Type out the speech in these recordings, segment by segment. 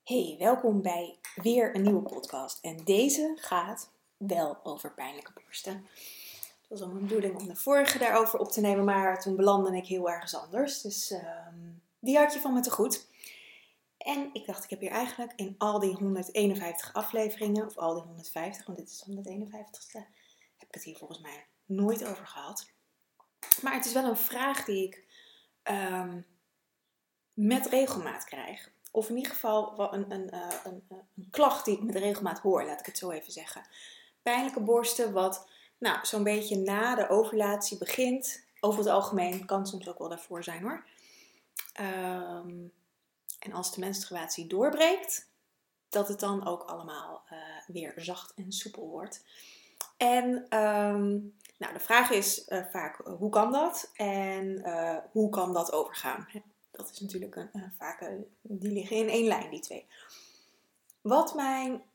Hey, welkom bij weer een nieuwe podcast. En deze gaat wel over pijnlijke borsten. Het was al mijn bedoeling om de vorige daarover op te nemen, maar toen belandde ik heel ergens anders. Dus die had je van me te goed. En ik dacht, ik heb hier eigenlijk in al die 151 afleveringen, of al die 150, want dit is de 151ste, heb ik het hier volgens mij nooit over gehad. Maar het is wel een vraag die ik met regelmaat krijg. Of in ieder geval een klacht die ik met regelmaat hoor, laat ik het zo even zeggen. Pijnlijke borsten, wat zo'n beetje na de ovulatie begint. Over het algemeen kan soms ook wel daarvoor zijn hoor. En als de menstruatie doorbreekt, dat het dan ook allemaal weer zacht en soepel wordt. En de vraag is vaak, hoe kan dat? En hoe kan dat overgaan? Dat is natuurlijk vaak, die liggen in één lijn, die twee. Wat mijn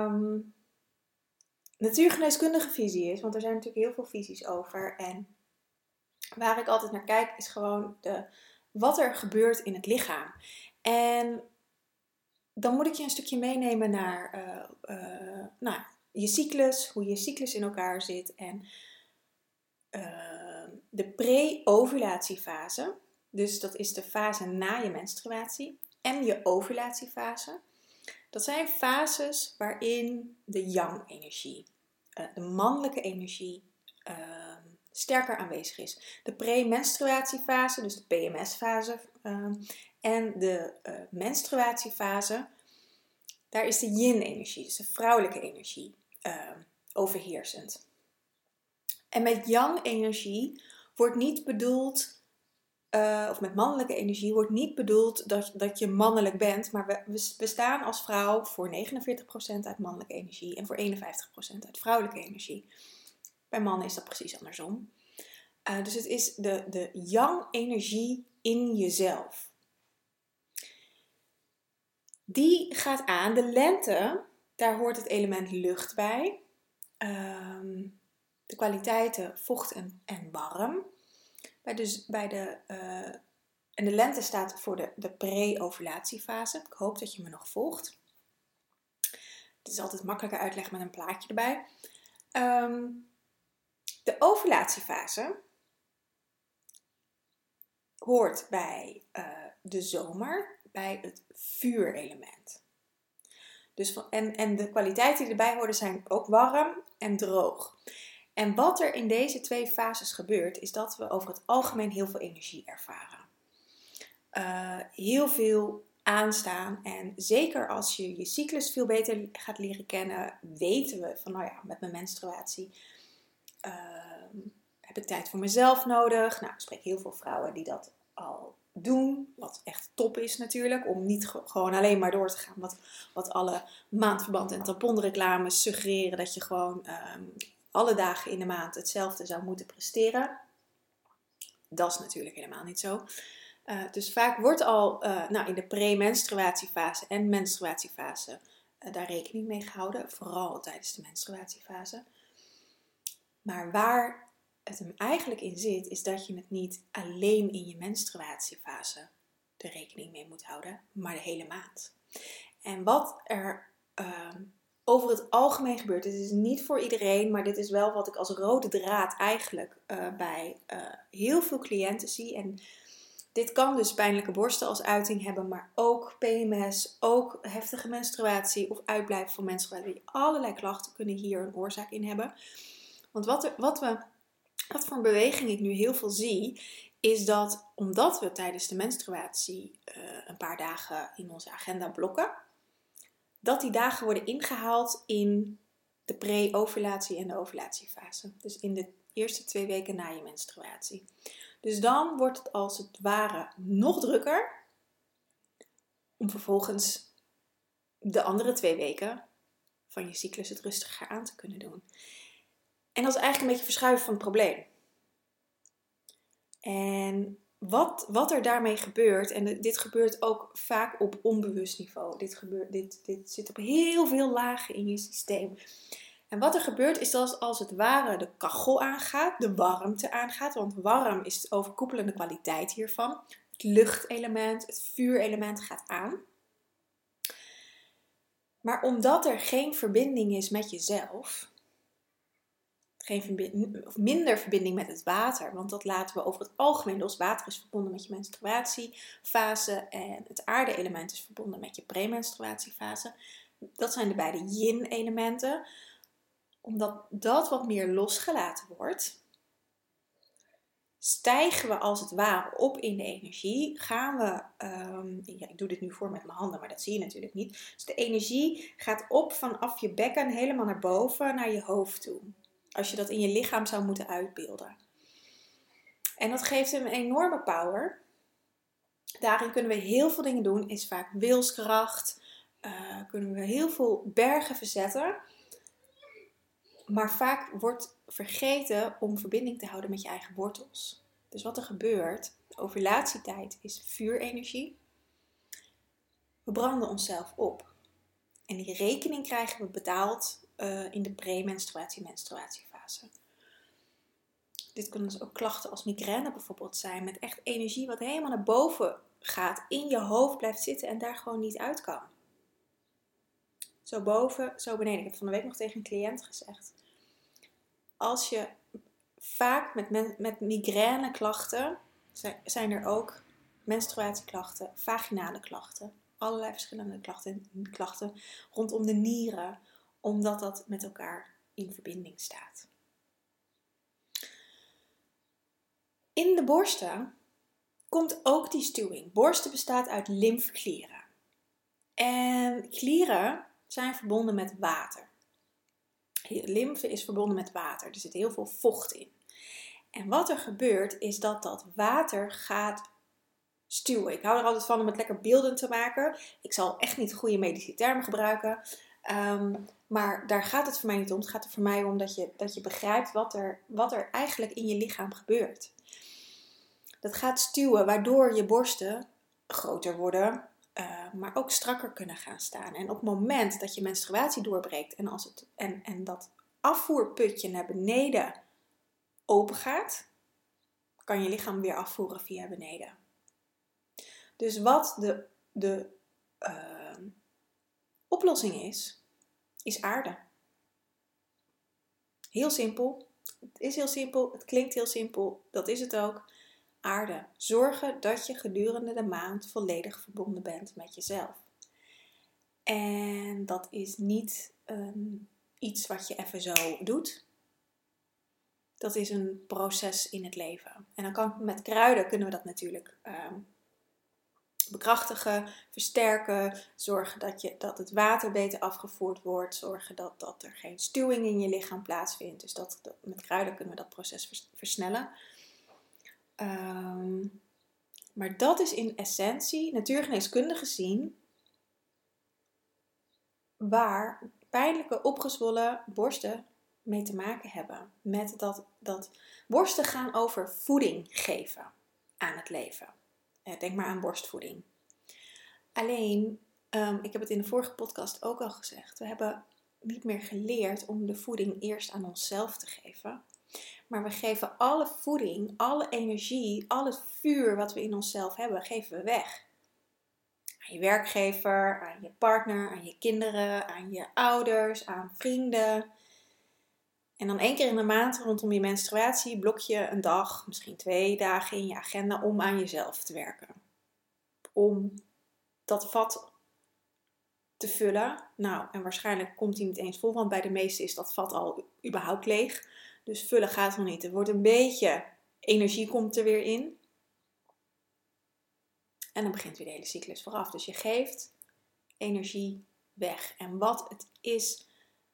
natuurgeneeskundige visie is, want er zijn natuurlijk heel veel visies over. En waar ik altijd naar kijk, is gewoon wat er gebeurt in het lichaam. En dan moet ik je een stukje meenemen naar je cyclus, hoe je cyclus in elkaar zit. En de pre-ovulatiefase, dus dat is de fase na je menstruatie, en je ovulatiefase. Dat zijn fases waarin de yang-energie, de mannelijke energie, sterker aanwezig is. De premenstruatiefase, dus de PMS-fase, en de menstruatiefase, daar is de yin-energie, dus de vrouwelijke energie, overheersend. En met yang-energie wordt niet bedoeld, of met mannelijke energie wordt niet bedoeld dat je mannelijk bent, maar we bestaan als vrouw voor 49% uit mannelijke energie en voor 51% uit vrouwelijke energie. Bij mannen is dat precies andersom. Dus het is de yang-energie in jezelf. Die gaat aan. De lente, daar hoort het element lucht bij. De kwaliteiten vocht en warm. En de lente staat voor de pre-ovulatiefase. Ik hoop dat je me nog volgt. Het is altijd makkelijker uitleggen met een plaatje erbij. De ovulatiefase hoort bij de zomer, bij het vuurelement. Dus en de kwaliteiten die erbij horen zijn ook warm en droog. En wat er in deze twee fases gebeurt, is dat we over het algemeen heel veel energie ervaren. Heel veel aanstaan. En zeker als je je cyclus veel beter gaat leren kennen, weten we van met mijn menstruatie heb ik tijd voor mezelf nodig. Ik spreek heel veel vrouwen die dat al doen. Wat echt top is natuurlijk. Om niet gewoon alleen maar door te gaan. Wat alle maandverband en tamponreclames suggereren. Dat je gewoon alle dagen in de maand hetzelfde zou moeten presteren. Dat is natuurlijk helemaal niet zo. Dus vaak wordt al in de premenstruatiefase en menstruatiefase daar rekening mee gehouden. Vooral tijdens de menstruatiefase. Maar waar het hem eigenlijk in zit, is dat je het niet alleen in je menstruatiefase de rekening mee moet houden, maar de hele maand. En wat er over het algemeen gebeurt, dit is niet voor iedereen, maar dit is wel wat ik als rode draad eigenlijk bij heel veel cliënten zie. En dit kan dus pijnlijke borsten als uiting hebben, maar ook PMS, ook heftige menstruatie of uitblijven van menstruatie. Allerlei klachten kunnen hier een oorzaak in hebben. Want wat voor een beweging ik nu heel veel zie, is dat omdat we tijdens de menstruatie een paar dagen in onze agenda blokken, dat die dagen worden ingehaald in de pre-ovulatie en de ovulatiefase. Dus in de eerste 2 weken na je menstruatie. Dus dan wordt het als het ware nog drukker om vervolgens de andere 2 weken van je cyclus het rustiger aan te kunnen doen. En dat is eigenlijk een beetje verschuiven van het probleem. En wat er daarmee gebeurt, en dit gebeurt ook vaak op onbewust niveau. Dit zit op heel veel lagen in je systeem. En wat er gebeurt is dat als het ware de kachel aangaat, de warmte aangaat. Want warm is de overkoepelende kwaliteit hiervan. Het luchtelement, het vuurelement gaat aan. Maar omdat er geen verbinding is met jezelf, minder verbinding met het water, want dat laten we over het algemeen los. Water is verbonden met je menstruatiefase en het aarde-element is verbonden met je premenstruatiefase. Dat zijn de beide yin-elementen. Omdat dat wat meer losgelaten wordt, stijgen we als het ware op in de energie. Gaan we, ik doe dit nu voor met mijn handen, maar dat zie je natuurlijk niet. Dus de energie gaat op vanaf je bekken helemaal naar boven, naar je hoofd toe. Als je dat in je lichaam zou moeten uitbeelden. En dat geeft hem een enorme power. Daarin kunnen we heel veel dingen doen. Is vaak wilskracht. Kunnen we heel veel bergen verzetten. Maar vaak wordt vergeten om verbinding te houden met je eigen wortels. Dus wat er gebeurt, de ovulatietijd is vuurenergie. We branden onszelf op. En die rekening krijgen we betaald in de premenstruatie-menstruatiefase. Dit kunnen dus ook klachten als migraine bijvoorbeeld zijn. Met echt energie wat helemaal naar boven gaat. In je hoofd blijft zitten en daar gewoon niet uit kan. Zo boven, zo beneden. Ik heb van de week nog tegen een cliënt gezegd. Als je vaak met migraine klachten, zijn er ook menstruatieklachten, vaginale klachten. Allerlei verschillende klachten rondom de nieren. Omdat dat met elkaar in verbinding staat. In de borsten komt ook die stuwing. Borsten bestaat uit lymfeklieren. En klieren zijn verbonden met water. Lymfe is verbonden met water. Er zit heel veel vocht in. En wat er gebeurt is dat water gaat stuwen. Ik hou er altijd van om het lekker beeldend te maken. Ik zal echt niet goede medische termen gebruiken. Maar daar gaat het voor mij niet om. Het gaat er voor mij om dat je begrijpt wat er eigenlijk in je lichaam gebeurt. Dat gaat stuwen waardoor je borsten groter worden, maar ook strakker kunnen gaan staan. En op het moment dat je menstruatie doorbreekt en dat afvoerputje naar beneden open gaat, kan je lichaam weer afvoeren via beneden. Dus wat de oplossing is aarde. Heel simpel. Het is heel simpel. Het klinkt heel simpel. Dat is het ook. Aarde. Zorgen dat je gedurende de maand volledig verbonden bent met jezelf. En dat is niet iets wat je even zo doet. Dat is een proces in het leven. En dan met kruiden kunnen we dat natuurlijk bekrachtigen, versterken. Zorgen dat het water beter afgevoerd wordt. Zorgen dat er geen stuwing in je lichaam plaatsvindt. Dus met kruiden kunnen we dat proces versnellen. Maar dat is in essentie, natuurgeneeskundig gezien, waar pijnlijke opgezwollen borsten mee te maken hebben. Met dat borsten gaan over voeding geven aan het leven. Denk maar aan borstvoeding. Alleen, ik heb het in de vorige podcast ook al gezegd. We hebben niet meer geleerd om de voeding eerst aan onszelf te geven. Maar we geven alle voeding, alle energie, al het vuur wat we in onszelf hebben, geven we weg. Aan je werkgever, aan je partner, aan je kinderen, aan je ouders, aan vrienden. En dan 1 keer in de maand rondom je menstruatie blok je een dag, misschien 2 dagen in je agenda om aan jezelf te werken. Om dat vat te vullen. Nou, en waarschijnlijk komt hij niet eens vol, want bij de meesten is dat vat al überhaupt leeg. Dus vullen gaat nog niet. Er wordt een beetje energie komt er weer in. En dan begint weer de hele cyclus vooraf. Dus je geeft energie weg. En wat het is,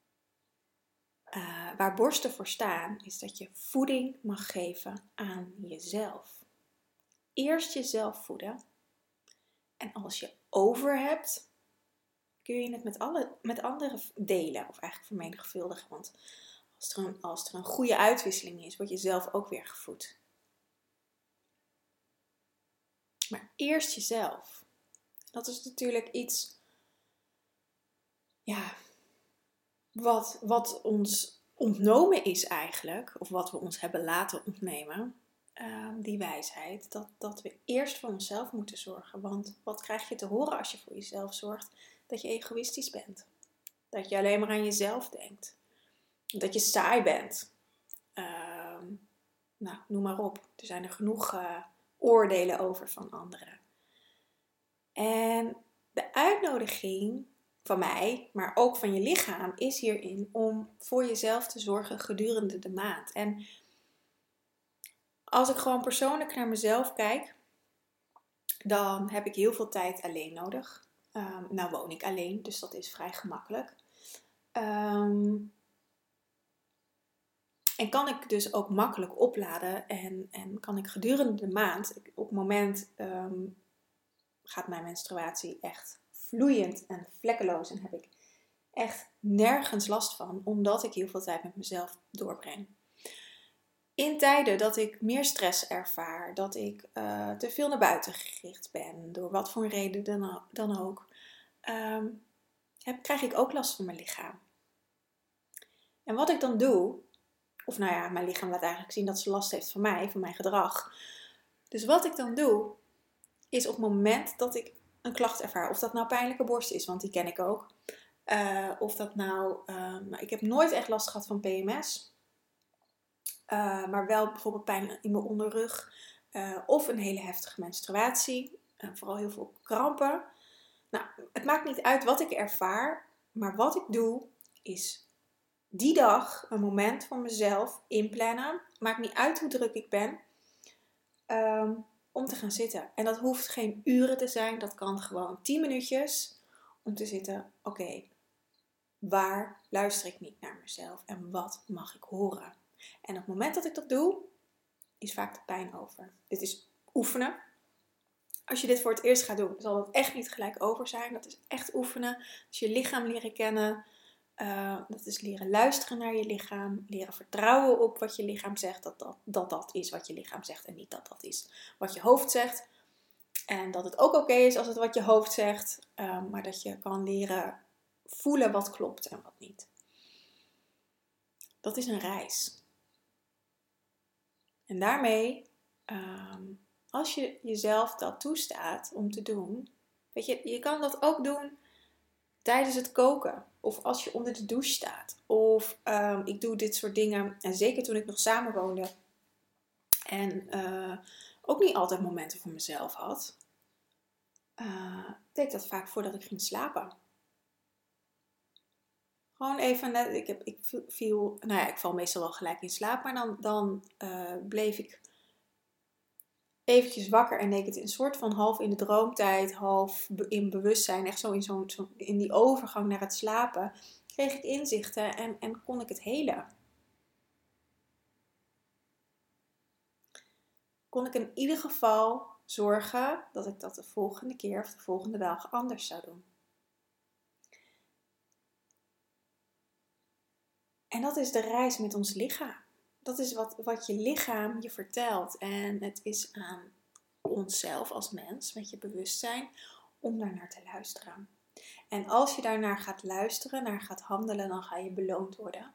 waar borsten voor staan, is dat je voeding mag geven aan jezelf. Eerst jezelf voeden. En als je over hebt, kun je het met anderen delen. Of eigenlijk vermenigvuldigen. Want als er een goede uitwisseling is, word je zelf ook weer gevoed. Maar eerst jezelf. Dat is natuurlijk iets, ja, wat ons ontnomen is eigenlijk. Of wat we ons hebben laten ontnemen. Die wijsheid. Dat we eerst voor onszelf moeten zorgen. Want wat krijg je te horen als je voor jezelf zorgt? Dat je egoïstisch bent. Dat je alleen maar aan jezelf denkt. Dat je saai bent. Nou, noem maar op. Er zijn er genoeg oordelen over van anderen. En de uitnodiging van mij, maar ook van je lichaam, is hierin om voor jezelf te zorgen gedurende de maand. En als ik gewoon persoonlijk naar mezelf kijk, dan heb ik heel veel tijd alleen nodig. Nou woon ik alleen, dus dat is vrij gemakkelijk. En kan ik dus ook makkelijk opladen en kan ik gedurende de maand, op het moment gaat mijn menstruatie echt vloeiend en vlekkeloos en heb ik echt nergens last van, omdat ik heel veel tijd met mezelf doorbreng. In tijden dat ik meer stress ervaar, dat ik te veel naar buiten gericht ben, door wat voor reden dan ook, krijg ik ook last van mijn lichaam. En wat ik dan doe, of nou ja, mijn lichaam laat eigenlijk zien dat ze last heeft van mij, van mijn gedrag. Dus wat ik dan doe, is op het moment dat ik een klacht ervaar, of dat nou pijnlijke borst is, want die ken ik ook. Of dat nou, ik heb nooit echt last gehad van PMS. Maar wel bijvoorbeeld pijn in mijn onderrug. Of een hele heftige menstruatie. Vooral heel veel krampen. Nou, het maakt niet uit wat ik ervaar. Maar wat ik doe, is die dag een moment voor mezelf inplannen. Maakt niet uit hoe druk ik ben. Om te gaan zitten. En dat hoeft geen uren te zijn. Dat kan gewoon 10 minuutjes. Om te zitten. Oké, waar luister ik niet naar mezelf? En wat mag ik horen? En op het moment dat ik dat doe, is vaak de pijn over. Dit is oefenen. Als je dit voor het eerst gaat doen, zal dat echt niet gelijk over zijn. Dat is echt oefenen. Dus je lichaam leren kennen. Dat is leren luisteren naar je lichaam. Leren vertrouwen op wat je lichaam zegt. Dat is wat je lichaam zegt. En niet dat is wat je hoofd zegt. En dat het ook oké is als het wat je hoofd zegt. Maar dat je kan leren voelen wat klopt en wat niet. Dat is een reis. En daarmee, als je jezelf dat toestaat om te doen, weet je kan dat ook doen tijdens het koken. Of als je onder de douche staat. Of ik doe dit soort dingen, en zeker toen ik nog samenwoonde. En ook niet altijd momenten voor mezelf had. Deed ik dat vaak voordat ik ging slapen. Gewoon even, ik val meestal wel gelijk in slaap. Maar dan bleef ik eventjes wakker en deed ik het in een soort van half in de droomtijd, half in bewustzijn, echt zo in die overgang naar het slapen, kreeg ik inzichten en kon ik het helen. Kon ik in ieder geval zorgen dat ik dat de volgende keer of de volgende dag anders zou doen. En dat is de reis met ons lichaam. Dat is wat je lichaam je vertelt. En het is aan onszelf als mens, met je bewustzijn, om daar naar te luisteren. En als je daarnaar gaat luisteren, naar gaat handelen, dan ga je beloond worden.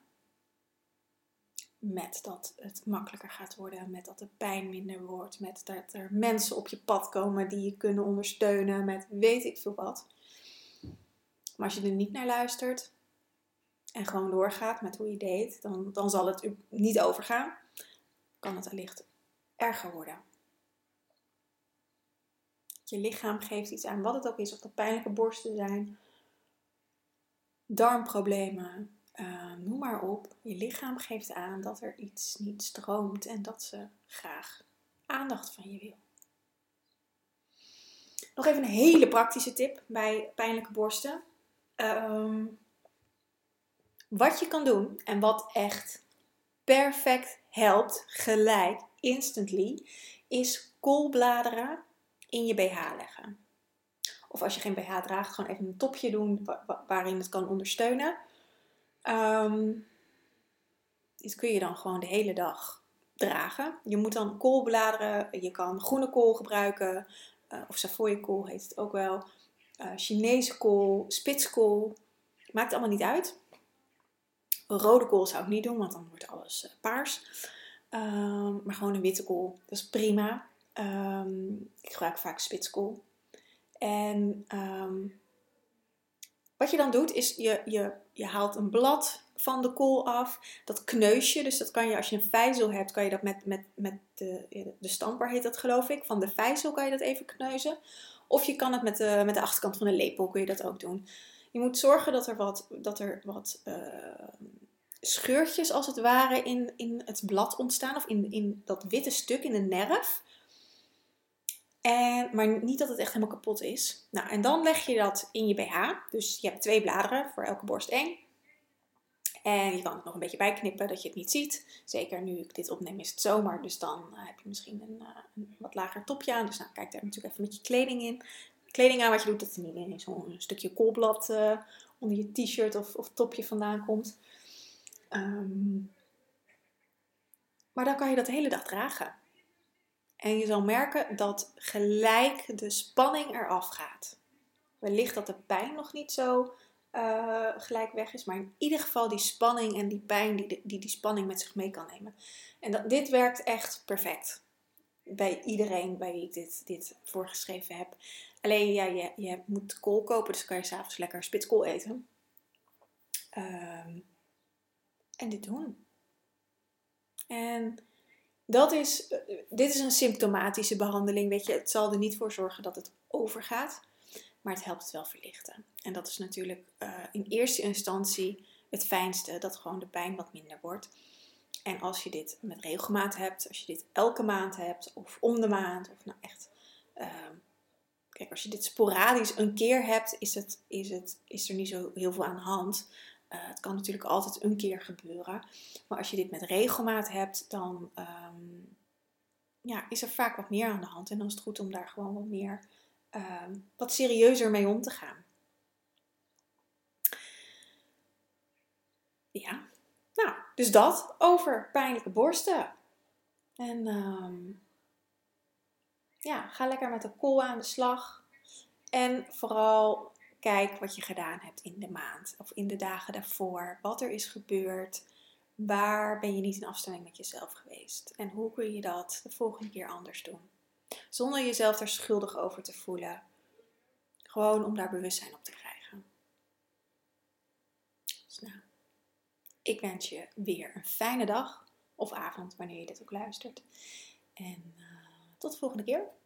Met dat het makkelijker gaat worden, met dat de pijn minder wordt, met dat er mensen op je pad komen die je kunnen ondersteunen, met weet ik veel wat. Maar als je er niet naar luistert en gewoon doorgaat met hoe je deed, dan zal het niet overgaan. Kan het wellicht erger worden. Je lichaam geeft iets aan, wat het ook is, of dat pijnlijke borsten zijn, darmproblemen, noem maar op. Je lichaam geeft aan dat er iets niet stroomt en dat ze graag aandacht van je wil. Nog even een hele praktische tip bij pijnlijke borsten. Wat je kan doen en wat echt perfect helpt, gelijk, instantly, is koolbladeren in je BH leggen. Of als je geen BH draagt, gewoon even een topje doen waarin het kan ondersteunen. Dit kun je dan gewoon de hele dag dragen. Je moet dan koolbladeren, je kan groene kool gebruiken, of Savoie-kool heet het ook wel. Chinese kool, spitskool, maakt allemaal niet uit. Rode kool zou ik niet doen, want dan wordt alles paars. Maar gewoon een witte kool, dat is prima. Ik gebruik vaak spitskool. En Wat je dan doet is je haalt een blad van de kool af. Dat kneus je. Dus dat kan je, als je een vijzel hebt, kan je dat met de stamper heet dat geloof ik. Van de vijzel kan je dat even kneuzen. Of je kan het met de achterkant van een lepel kun je dat ook doen. Je moet zorgen dat er wat scheurtjes als het ware in het blad ontstaan. Of in dat witte stuk, in de nerf. Maar niet dat het echt helemaal kapot is. Nou, en dan leg je dat in je BH. Dus je hebt 2 bladeren, voor elke borst 1. En je kan het nog een beetje bijknippen, dat je het niet ziet. Zeker nu ik dit opneem is het zomer, dus dan heb je misschien een wat lager topje aan. Dus nou, kijk daar natuurlijk even met je kleding aan. Wat je doet, dat er niet in zo'n stukje koolblad onder je t-shirt of topje vandaan komt. Maar dan kan je dat de hele dag dragen. En je zal merken dat gelijk de spanning eraf gaat. Wellicht dat de pijn nog niet zo gelijk weg is. Maar in ieder geval die spanning en die pijn die spanning met zich mee kan nemen. En dit werkt echt perfect. Bij iedereen bij wie ik dit voorgeschreven heb. Alleen ja, je moet kool kopen. Dus kan je 's avonds lekker spitskool eten. En dit doen. En dit is een symptomatische behandeling. Weet je, het zal er niet voor zorgen dat het overgaat. Maar het helpt het wel verlichten. En dat is natuurlijk in eerste instantie het fijnste. Dat gewoon de pijn wat minder wordt. En als je dit met regelmaat hebt. Als je dit elke maand hebt. Of om de maand. Of nou echt. Kijk, als je dit sporadisch een keer hebt. Is er niet zo heel veel aan de hand. Het kan natuurlijk altijd een keer gebeuren. Maar als je dit met regelmaat hebt. Dan is er vaak wat meer aan de hand. En dan is het goed om daar gewoon wat meer... wat serieuzer mee om te gaan. Ja, nou, dus dat over pijnlijke borsten. En ga lekker met de kool aan de slag. En vooral kijk wat je gedaan hebt in de maand of in de dagen daarvoor. Wat er is gebeurd. Waar ben je niet in afstemming met jezelf geweest? En hoe kun je dat de volgende keer anders doen? Zonder jezelf er schuldig over te voelen. Gewoon om daar bewustzijn op te krijgen. Dus nou, ik wens je weer een fijne dag of avond wanneer je dit ook luistert. En tot de volgende keer.